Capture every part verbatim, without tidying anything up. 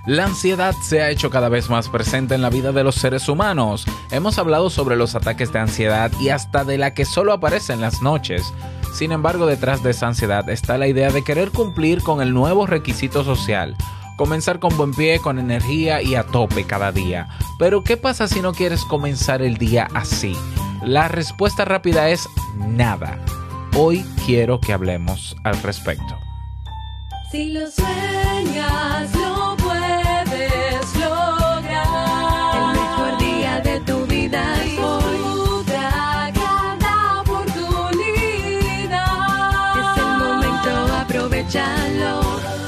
La ansiedad se ha hecho cada vez más presente en la vida de los seres humanos. Hemos hablado sobre los ataques de ansiedad y hasta de la que solo aparece en las noches. Sin embargo, detrás de esa ansiedad está la idea de querer cumplir con el nuevo requisito social. Comenzar con buen pie, con energía y a tope cada día. Pero ¿qué pasa si no quieres comenzar el día así? La respuesta rápida es nada. Hoy quiero que hablemos al respecto. Si lo sueñas, lo puedes lograr. El mejor día de tu vida es hoy. Disfruta cada oportunidad. Es el momento, aprovechalo.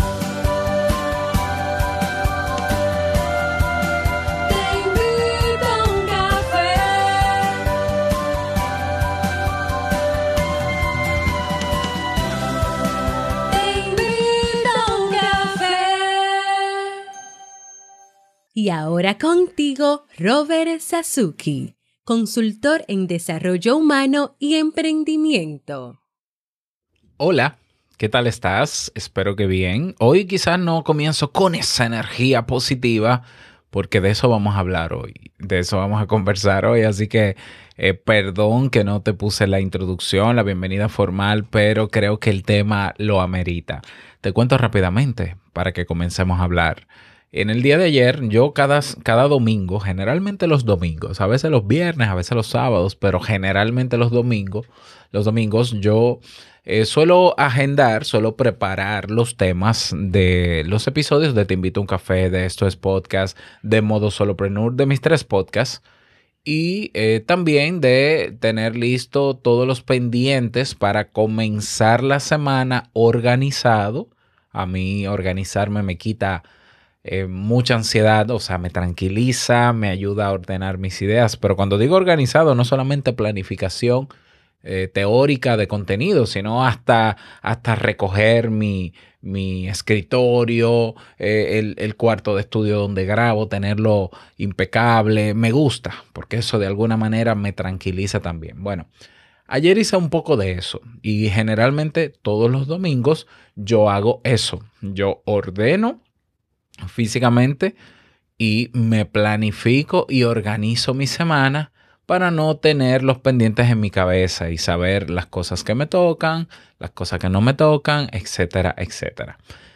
Y ahora contigo, Robert Sasuki, consultor en desarrollo humano y emprendimiento. Hola, ¿qué tal estás? Espero que bien. Hoy quizás no comienzo con esa energía positiva, porque de eso vamos a hablar hoy, de eso vamos a conversar hoy, así que eh, perdón que no te puse la introducción, la bienvenida formal, pero creo que el tema lo amerita. Te cuento rápidamente para que comencemos a hablar. En el día de ayer, yo cada, cada domingo, generalmente los domingos, a veces los viernes, a veces los sábados, pero generalmente los domingos, los domingos yo eh, suelo agendar, suelo preparar los temas de los episodios de Te Invito a un Café, de Esto es Podcast, de Modo Solopreneur, de mis tres podcasts, y eh, también de tener listo todos los pendientes para comenzar la semana organizado. A mí organizarme me quita Eh, mucha ansiedad, o sea, me tranquiliza, me ayuda a ordenar mis ideas, pero cuando digo organizado, no solamente planificación eh, teórica de contenido, sino hasta, hasta recoger mi, mi escritorio, eh, el, el cuarto de estudio donde grabo, tenerlo impecable, me gusta, porque eso de alguna manera me tranquiliza también. Bueno, ayer hice un poco de eso y generalmente todos los domingos yo hago eso, yo ordeno físicamente y me planifico y organizo mi semana para no tener los pendientes en mi cabeza y saber las cosas que me tocan, las cosas que no me tocan, etcétera, etcétera.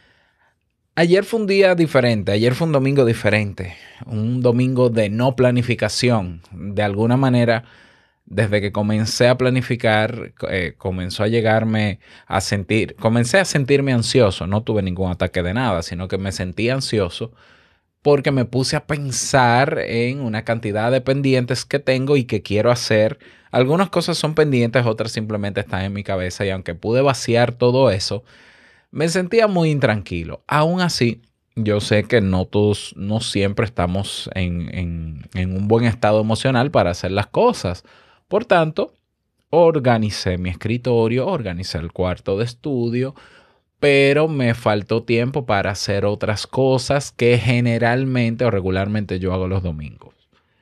Ayer fue un día diferente, ayer fue un domingo diferente, un domingo de no planificación. De alguna manera, desde que comencé a planificar, eh, comenzó a llegarme a sentir, comencé a sentirme ansioso. No tuve ningún ataque de nada, sino que me sentí ansioso porque me puse a pensar en una cantidad de pendientes que tengo y que quiero hacer. Algunas cosas son pendientes, otras simplemente están en mi cabeza y aunque pude vaciar todo eso, me sentía muy intranquilo. Aún así, yo sé que no todos, no siempre estamos en, en, en un buen estado emocional para hacer las cosas. Por tanto, organicé mi escritorio, organicé el cuarto de estudio, pero me faltó tiempo para hacer otras cosas que generalmente o regularmente yo hago los domingos.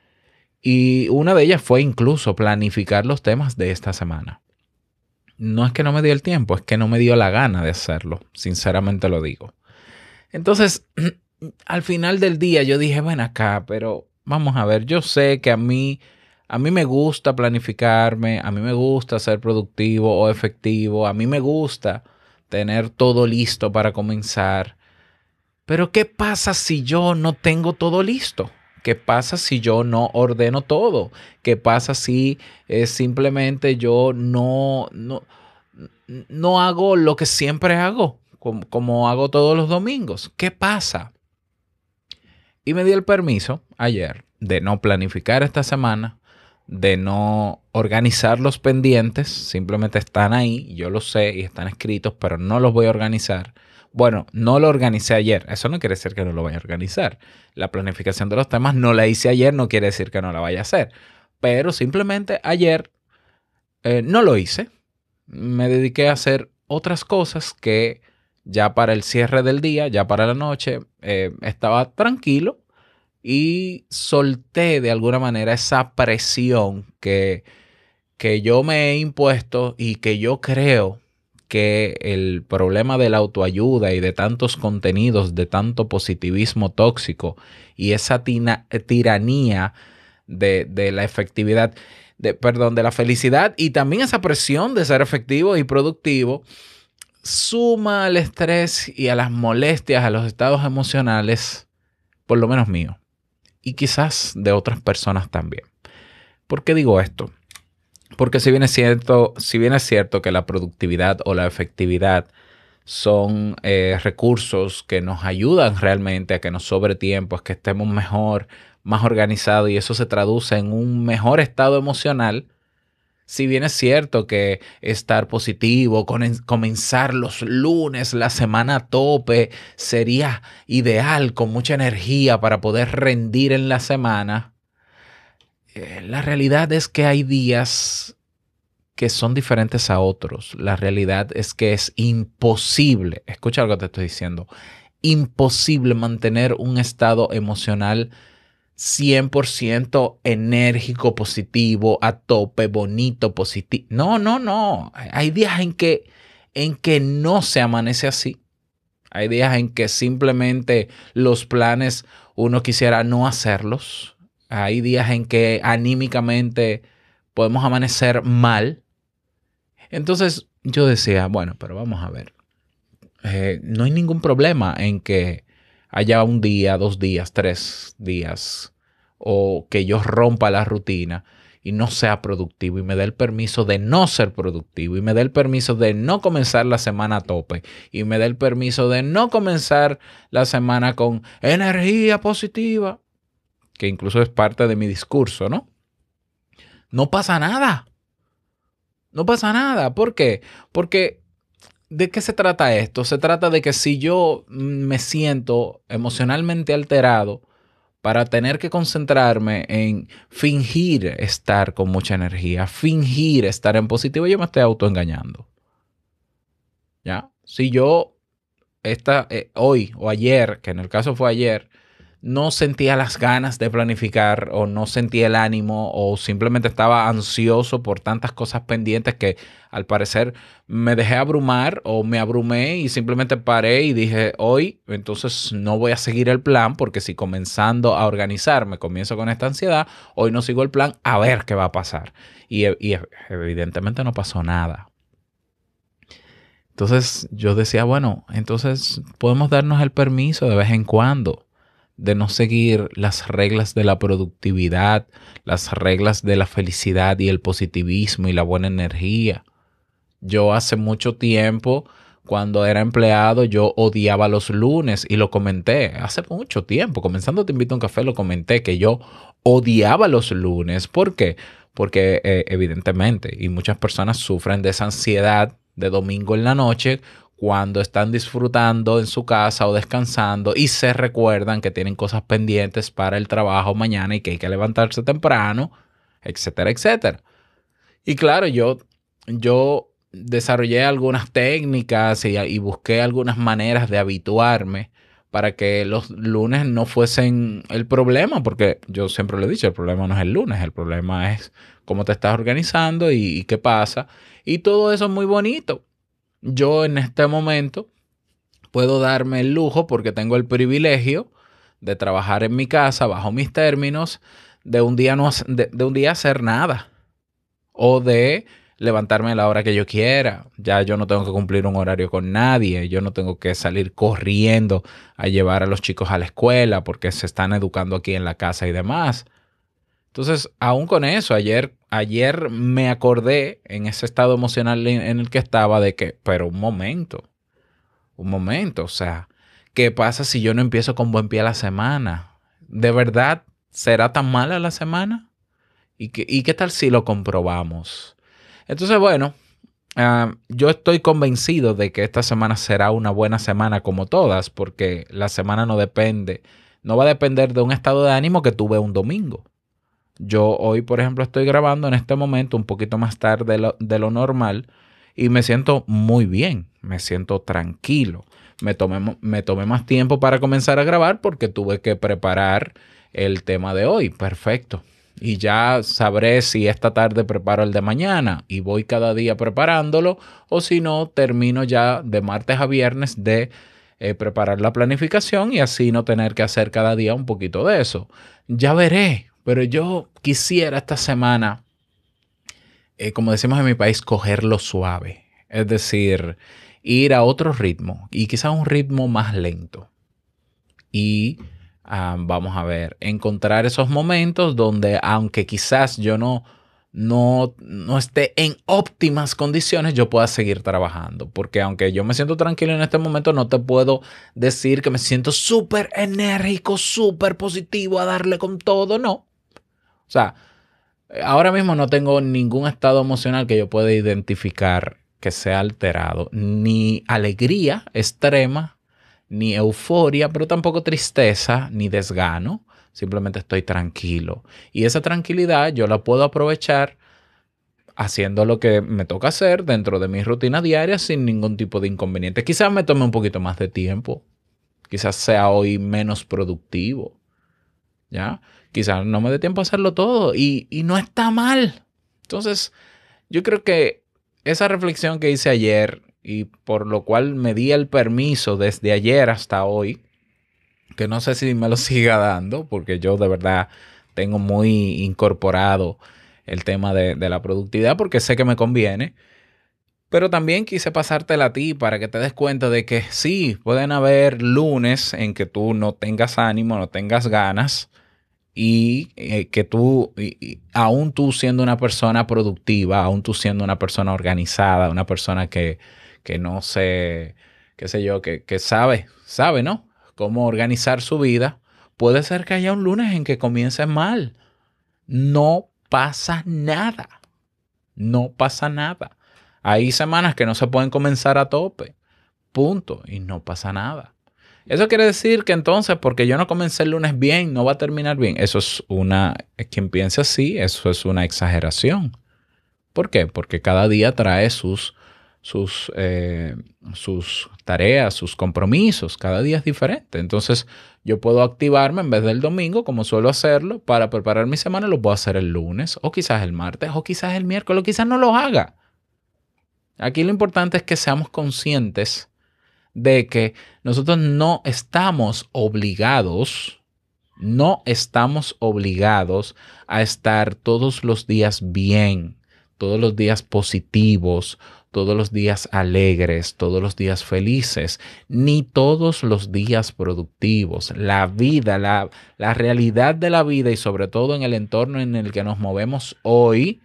Y una de ellas fue incluso planificar los temas de esta semana. No es que no me dio el tiempo, es que no me dio la gana de hacerlo, sinceramente lo digo. Entonces, al final del día yo dije, ven acá, pero vamos a ver, yo sé que a mí... A mí me gusta planificarme, a mí me gusta ser productivo o efectivo, a mí me gusta tener todo listo para comenzar. Pero ¿qué pasa si yo no tengo todo listo? ¿Qué pasa si yo no ordeno todo? ¿Qué pasa si eh, simplemente yo no, no, no hago lo que siempre hago, como, como hago todos los domingos? ¿Qué pasa? Y me di el permiso ayer de no planificar esta semana, de no organizar los pendientes, simplemente están ahí, yo lo sé y están escritos, pero no los voy a organizar. Bueno, no lo organicé ayer, eso no quiere decir que no lo vaya a organizar. La planificación de los temas no la hice ayer, no quiere decir que no la vaya a hacer, pero simplemente ayer eh, no lo hice. Me dediqué a hacer otras cosas que ya para el cierre del día, ya para la noche, eh, estaba tranquilo. Y solté de alguna manera esa presión que, que yo me he impuesto y que yo creo que el problema de la autoayuda y de tantos contenidos, de tanto positivismo tóxico y esa tina, tiranía de, de la efectividad, de, perdón, de la felicidad y también esa presión de ser efectivo y productivo, suma al estrés y a las molestias, a los estados emocionales, por lo menos mío, y quizás de otras personas también. ¿Por qué digo esto? Porque si bien es cierto, si bien es cierto que la productividad o la efectividad son eh, recursos que nos ayudan realmente a que nos sobre tiempo, a que estemos mejor, más organizados y eso se traduce en un mejor estado emocional. Si bien es cierto que estar positivo, con, comenzar los lunes, la semana a tope, sería ideal con mucha energía para poder rendir en la semana, eh, la realidad es que hay días que son diferentes a otros. La realidad es que es imposible, escucha lo que te estoy diciendo, imposible mantener un estado emocional cien por ciento enérgico, positivo, a tope, bonito, positivo. No, no, no. Hay días en que, en que no se amanece así. Hay días en que simplemente los planes uno quisiera no hacerlos. Hay días en que anímicamente podemos amanecer mal. Entonces yo decía, bueno, pero vamos a ver. Eh, no hay ningún problema en que haya un día, dos días, tres días, o que yo rompa la rutina y no sea productivo y me dé el permiso de no ser productivo y me dé el permiso de no comenzar la semana a tope y me dé el permiso de no comenzar la semana con energía positiva, que incluso es parte de mi discurso, ¿no? No pasa nada. No pasa nada. ¿Por qué? Porque ¿de qué se trata esto? Se trata de que si yo me siento emocionalmente alterado para tener que concentrarme en fingir estar con mucha energía, fingir estar en positivo, yo me estoy autoengañando. ¿Ya? Si yo esta, eh, hoy o ayer, que en el caso fue ayer, no sentía las ganas de planificar o no sentía el ánimo o simplemente estaba ansioso por tantas cosas pendientes que al parecer me dejé abrumar o me abrumé y simplemente paré y dije, hoy entonces no voy a seguir el plan porque si comenzando a organizarme comienzo con esta ansiedad, hoy no sigo el plan, a ver qué va a pasar. Y, y evidentemente no pasó nada. Entonces yo decía, bueno, entonces podemos darnos el permiso de vez en cuando de no seguir las reglas de la productividad, las reglas de la felicidad y el positivismo y la buena energía. Yo hace mucho tiempo, cuando era empleado, yo odiaba los lunes y lo comenté. Hace mucho tiempo, comenzando Te Invito a un Café, lo comenté que yo odiaba los lunes. ¿Por qué? Porque eh, evidentemente, y muchas personas sufren de esa ansiedad de domingo en la noche cuando están disfrutando en su casa o descansando y se recuerdan que tienen cosas pendientes para el trabajo mañana y que hay que levantarse temprano, etcétera, etcétera. Y claro, yo, yo desarrollé algunas técnicas y, y busqué algunas maneras de habituarme para que los lunes no fuesen el problema, porque yo siempre lo he dicho, el problema no es el lunes, el problema es cómo te estás organizando y, y qué pasa. Y todo eso es muy bonito. Yo en este momento puedo darme el lujo porque tengo el privilegio de trabajar en mi casa bajo mis términos, de un día no de, de un día hacer nada o de levantarme a la hora que yo quiera. Ya yo no tengo que cumplir un horario con nadie, yo no tengo que salir corriendo a llevar a los chicos a la escuela porque se están educando aquí en la casa y demás. Entonces, aún con eso, ayer, ayer me acordé en ese estado emocional en, en el que estaba de que, pero un momento, un momento, o sea, ¿qué pasa si yo no empiezo con buen pie la semana? ¿De verdad será tan mala la semana? ¿Y qué, y qué tal si lo comprobamos? Entonces, bueno, uh, yo estoy convencido de que esta semana será una buena semana como todas, porque la semana no depende, no va a depender de un estado de ánimo que tuve un domingo. Yo hoy, por ejemplo, estoy grabando en este momento un poquito más tarde de lo, de lo normal y me siento muy bien, me siento tranquilo. Me tomé, me tomé más tiempo para comenzar a grabar porque tuve que preparar el tema de hoy. Perfecto. y ya sabré si esta tarde preparo el de mañana y voy cada día preparándolo, o si no, termino ya de martes a viernes de eh, preparar la planificación y así no tener que hacer cada día un poquito de eso. Ya veré, pero yo quisiera esta semana, eh, como decimos en mi país, cogerlo suave. Es decir, ir a otro ritmo y quizás un ritmo más lento. Y ah, vamos a ver, encontrar esos momentos donde, aunque quizás yo no, no, no esté en óptimas condiciones, yo pueda seguir trabajando. Porque aunque yo me siento tranquilo en este momento, no te puedo decir que me siento súper enérgico, súper positivo a darle con todo, no. O sea, ahora mismo no tengo ningún estado emocional que yo pueda identificar que sea alterado, ni alegría extrema, ni euforia, pero tampoco tristeza, ni desgano. Simplemente estoy tranquilo. Y esa tranquilidad yo la puedo aprovechar haciendo lo que me toca hacer dentro de mi rutina diaria sin ningún tipo de inconveniente. Quizás me tome un poquito más de tiempo. Quizás sea hoy menos productivo. ¿Ya? Quizás no me dé tiempo a hacerlo todo. Y, y no está mal. Entonces, yo creo que esa reflexión que hice ayer, y por lo cual me di el permiso desde ayer hasta hoy, que no sé si me lo siga dando, porque yo de verdad tengo muy incorporado el tema de, de la productividad, porque sé que me conviene, pero también quise pasártela a ti para que te des cuenta de que sí, pueden haber lunes en que tú no tengas ánimo, no tengas ganas, y eh, que tú, y, y, aún tú siendo una persona productiva, aún tú siendo una persona organizada, una persona que, que no sé, qué sé yo, que, que sabe, sabe, ¿no? Cómo organizar su vida, puede ser que haya un lunes en que comiences mal. No pasa nada. No pasa nada. Hay semanas que no se pueden comenzar a tope. Punto. Y no pasa nada. Eso quiere decir que entonces, porque yo no comencé el lunes bien, no va a terminar bien. Eso es una, quien piensa así, eso es una exageración. ¿Por qué? Porque cada día trae sus, sus, eh, sus tareas, sus compromisos. Cada día es diferente. Entonces, yo puedo activarme en vez del domingo, como suelo hacerlo, para preparar mi semana. Lo puedo hacer el lunes, o quizás el martes, o quizás el miércoles, o quizás no lo haga. Aquí lo importante es que seamos conscientes de que nosotros no estamos obligados, no estamos obligados a estar todos los días bien, todos los días positivos, todos los días alegres, todos los días felices, ni todos los días productivos. La vida, la, la realidad de la vida y sobre todo en el entorno en el que nos movemos hoy,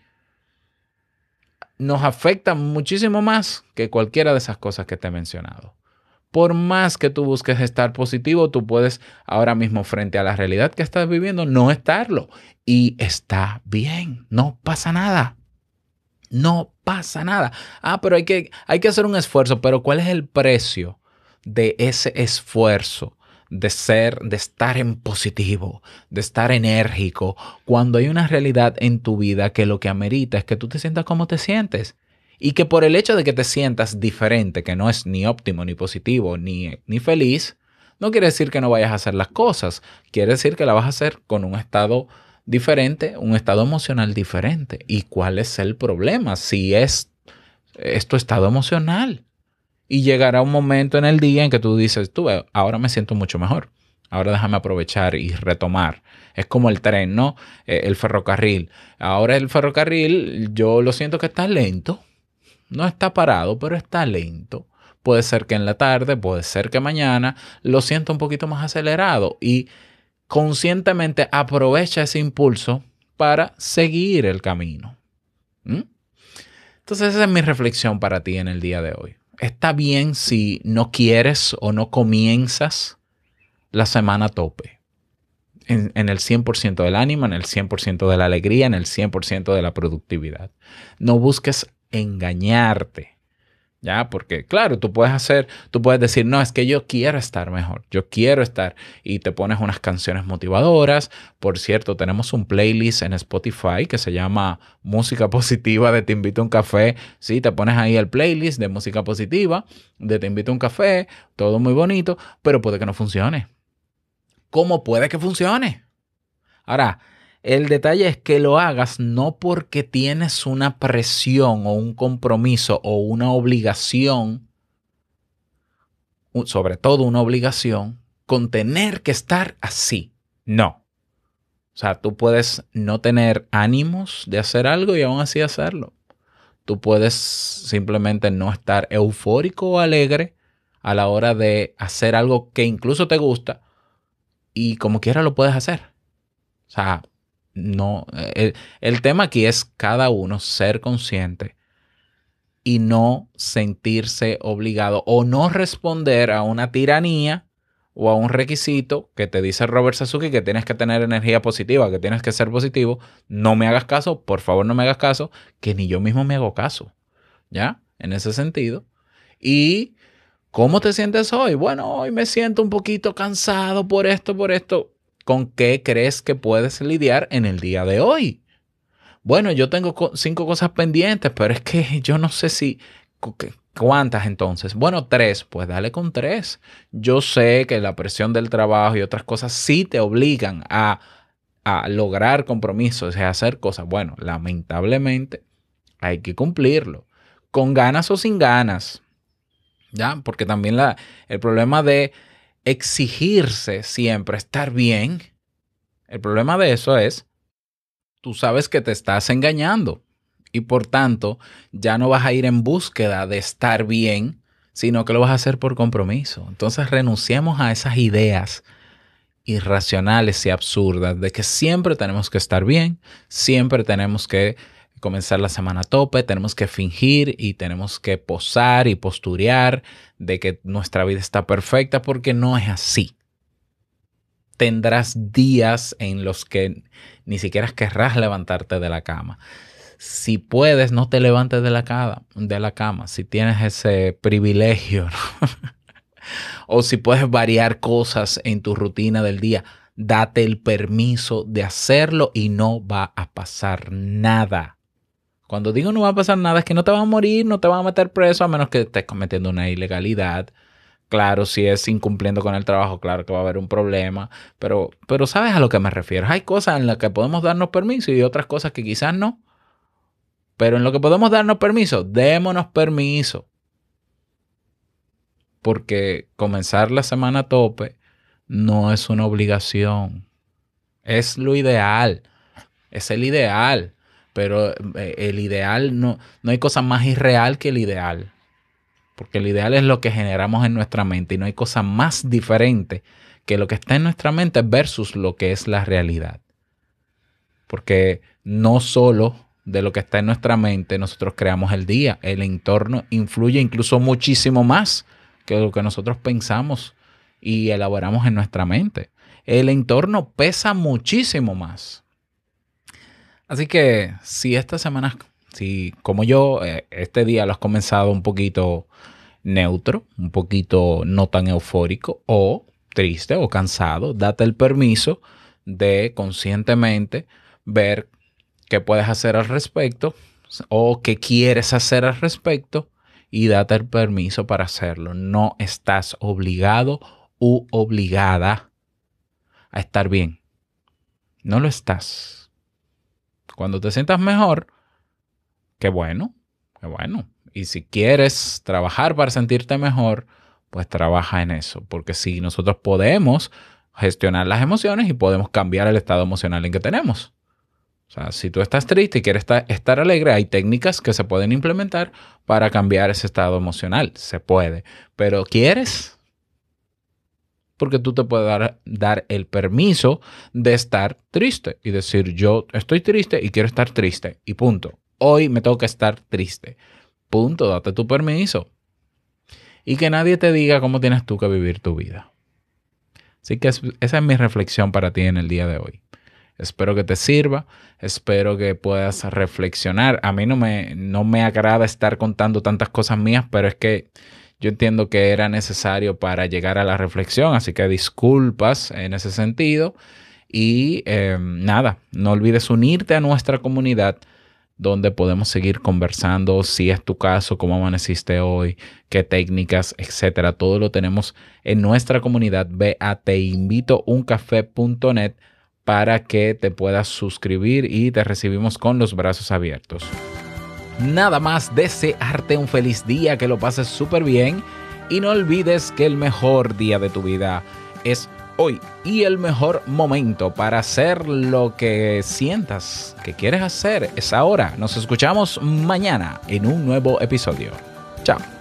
nos afecta muchísimo más que cualquiera de esas cosas que te he mencionado. Por más que tú busques estar positivo, tú puedes ahora mismo frente a la realidad que estás viviendo no estarlo. Y está bien, no pasa nada. No pasa nada. Ah, pero hay que, hay que hacer un esfuerzo. Pero ¿cuál es el precio de ese esfuerzo? De ser, de estar en positivo, de estar enérgico, cuando hay una realidad en tu vida que lo que amerita es que tú te sientas como te sientes. Y que por el hecho de que te sientas diferente, que no es ni óptimo, ni positivo, ni, ni feliz, no quiere decir que no vayas a hacer las cosas. Quiere decir que la vas a hacer con un estado diferente, un estado emocional diferente. ¿Y cuál es el problema? Si es, es tu estado emocional. Y llegará un momento en el día en que tú dices, tú, ahora me siento mucho mejor. Ahora déjame aprovechar y retomar. Es como el tren, ¿no? Eh, el ferrocarril. Ahora el ferrocarril, yo lo siento que está lento. No está parado, pero está lento. Puede ser que en la tarde, puede ser que mañana lo sienta un poquito más acelerado y conscientemente aprovecha ese impulso para seguir el camino. ¿Mm? Entonces esa es mi reflexión para ti en el día de hoy. Está bien si no quieres o no comienzas la semana a tope. En, en el cien por ciento del ánimo, en el cien por ciento de la alegría, en el cien por ciento de la productividad. No busques engañarte, ¿ya? Porque claro, tú puedes hacer, tú puedes decir, no, es que yo quiero estar mejor, yo quiero estar, y te pones unas canciones motivadoras. Por cierto, tenemos un playlist en Spotify que se llama Música Positiva de Te Invito a un Café. Sí, te pones ahí el playlist de música positiva de Te Invito a un Café, todo muy bonito, pero puede que no funcione. ¿Cómo puede que funcione? Ahora, El detalle es que lo hagas no porque tienes una presión o un compromiso o una obligación, sobre todo una obligación, con tener que estar así. No. O sea, tú puedes no tener ánimos de hacer algo y aún así hacerlo. Tú puedes simplemente no estar eufórico o alegre a la hora de hacer algo que incluso te gusta y como quiera lo puedes hacer. O sea, no. El, el tema aquí es cada uno ser consciente y no sentirse obligado o no responder a una tiranía o a un requisito que te dice Robert Sasuki que tienes que tener energía positiva, que tienes que ser positivo. No me hagas caso, por favor no me hagas caso, que ni yo mismo me hago caso. ¿Ya? En ese sentido. Y ¿cómo te sientes hoy? Bueno, hoy me siento un poquito cansado por esto, por esto. ¿Con qué crees que puedes lidiar en el día de hoy? Bueno, yo tengo co- cinco cosas pendientes, pero es que yo no sé si... ¿Cuántas entonces? Bueno, tres. Pues dale con tres. Yo sé que la presión del trabajo y otras cosas sí te obligan a, a lograr compromisos y a hacer cosas. Bueno, lamentablemente hay que cumplirlo. Con ganas o sin ganas. ¿Ya? Porque también la, el problema de exigirse siempre estar bien, el problema de eso es, tú sabes que te estás engañando y por tanto ya no vas a ir en búsqueda de estar bien, sino que lo vas a hacer por compromiso. Entonces renunciemos a esas ideas irracionales y absurdas de que siempre tenemos que estar bien, siempre tenemos que comenzar la semana a tope, tenemos que fingir y tenemos que posar y posturear de que nuestra vida está perfecta, porque no es así. Tendrás días en los que ni siquiera querrás levantarte de la cama. Si puedes, no te levantes de la cama, de la cama si tienes ese privilegio, ¿no? O si puedes variar cosas en tu rutina del día, date el permiso de hacerlo y no va a pasar nada. Cuando digo no va a pasar nada, es que no te vas a morir, no te vas a meter preso a menos que estés cometiendo una ilegalidad. Claro, si es incumpliendo con el trabajo, claro que va a haber un problema, pero, pero ¿sabes a lo que me refiero? Hay cosas en las que podemos darnos permiso y otras cosas que quizás no. Pero en lo que podemos darnos permiso, démonos permiso. Porque comenzar la semana a tope no es una obligación. Es lo ideal. Es el ideal. Pero el ideal no, no hay cosa más irreal que el ideal. Porque el ideal es lo que generamos en nuestra mente y no hay cosa más diferente que lo que está en nuestra mente versus lo que es la realidad. Porque no solo de lo que está en nuestra mente nosotros creamos el día, el entorno influye incluso muchísimo más que lo que nosotros pensamos y elaboramos en nuestra mente. El entorno pesa muchísimo más. Así que si esta semana, si como yo, este día lo has comenzado un poquito neutro, un poquito no tan eufórico o triste o cansado, date el permiso de conscientemente ver qué puedes hacer al respecto o qué quieres hacer al respecto y date el permiso para hacerlo. No estás obligado u obligada a estar bien. No lo estás. Cuando te sientas mejor, qué bueno, qué bueno. Y si quieres trabajar para sentirte mejor, pues trabaja en eso. Porque si nosotros podemos gestionar las emociones y podemos cambiar el estado emocional en que tenemos. O sea, si tú estás triste y quieres estar, estar alegre, hay técnicas que se pueden implementar para cambiar ese estado emocional. Se puede. Pero ¿quieres? Porque tú te puedes dar, dar el permiso de estar triste y decir, yo estoy triste y quiero estar triste. Y punto. Hoy me toca estar triste. Punto. Date tu permiso. Y que nadie te diga cómo tienes tú que vivir tu vida. Así que es, esa es mi reflexión para ti en el día de hoy. Espero que te sirva, espero que puedas reflexionar. A mí no me, no me agrada estar contando tantas cosas mías, pero es que yo entiendo que era necesario para llegar a la reflexión, así que disculpas en ese sentido. Y eh, nada, no olvides unirte a nuestra comunidad donde podemos seguir conversando. Si es tu caso, cómo amaneciste hoy, qué técnicas, etcétera. Todo lo tenemos en nuestra comunidad. Ve a te invito un café punto net para que te puedas suscribir y te recibimos con los brazos abiertos. Nada más, desearte un feliz día, que lo pases súper bien y no olvides que el mejor día de tu vida es hoy y el mejor momento para hacer lo que sientas que quieres hacer es ahora. Nos escuchamos mañana en un nuevo episodio. Chao.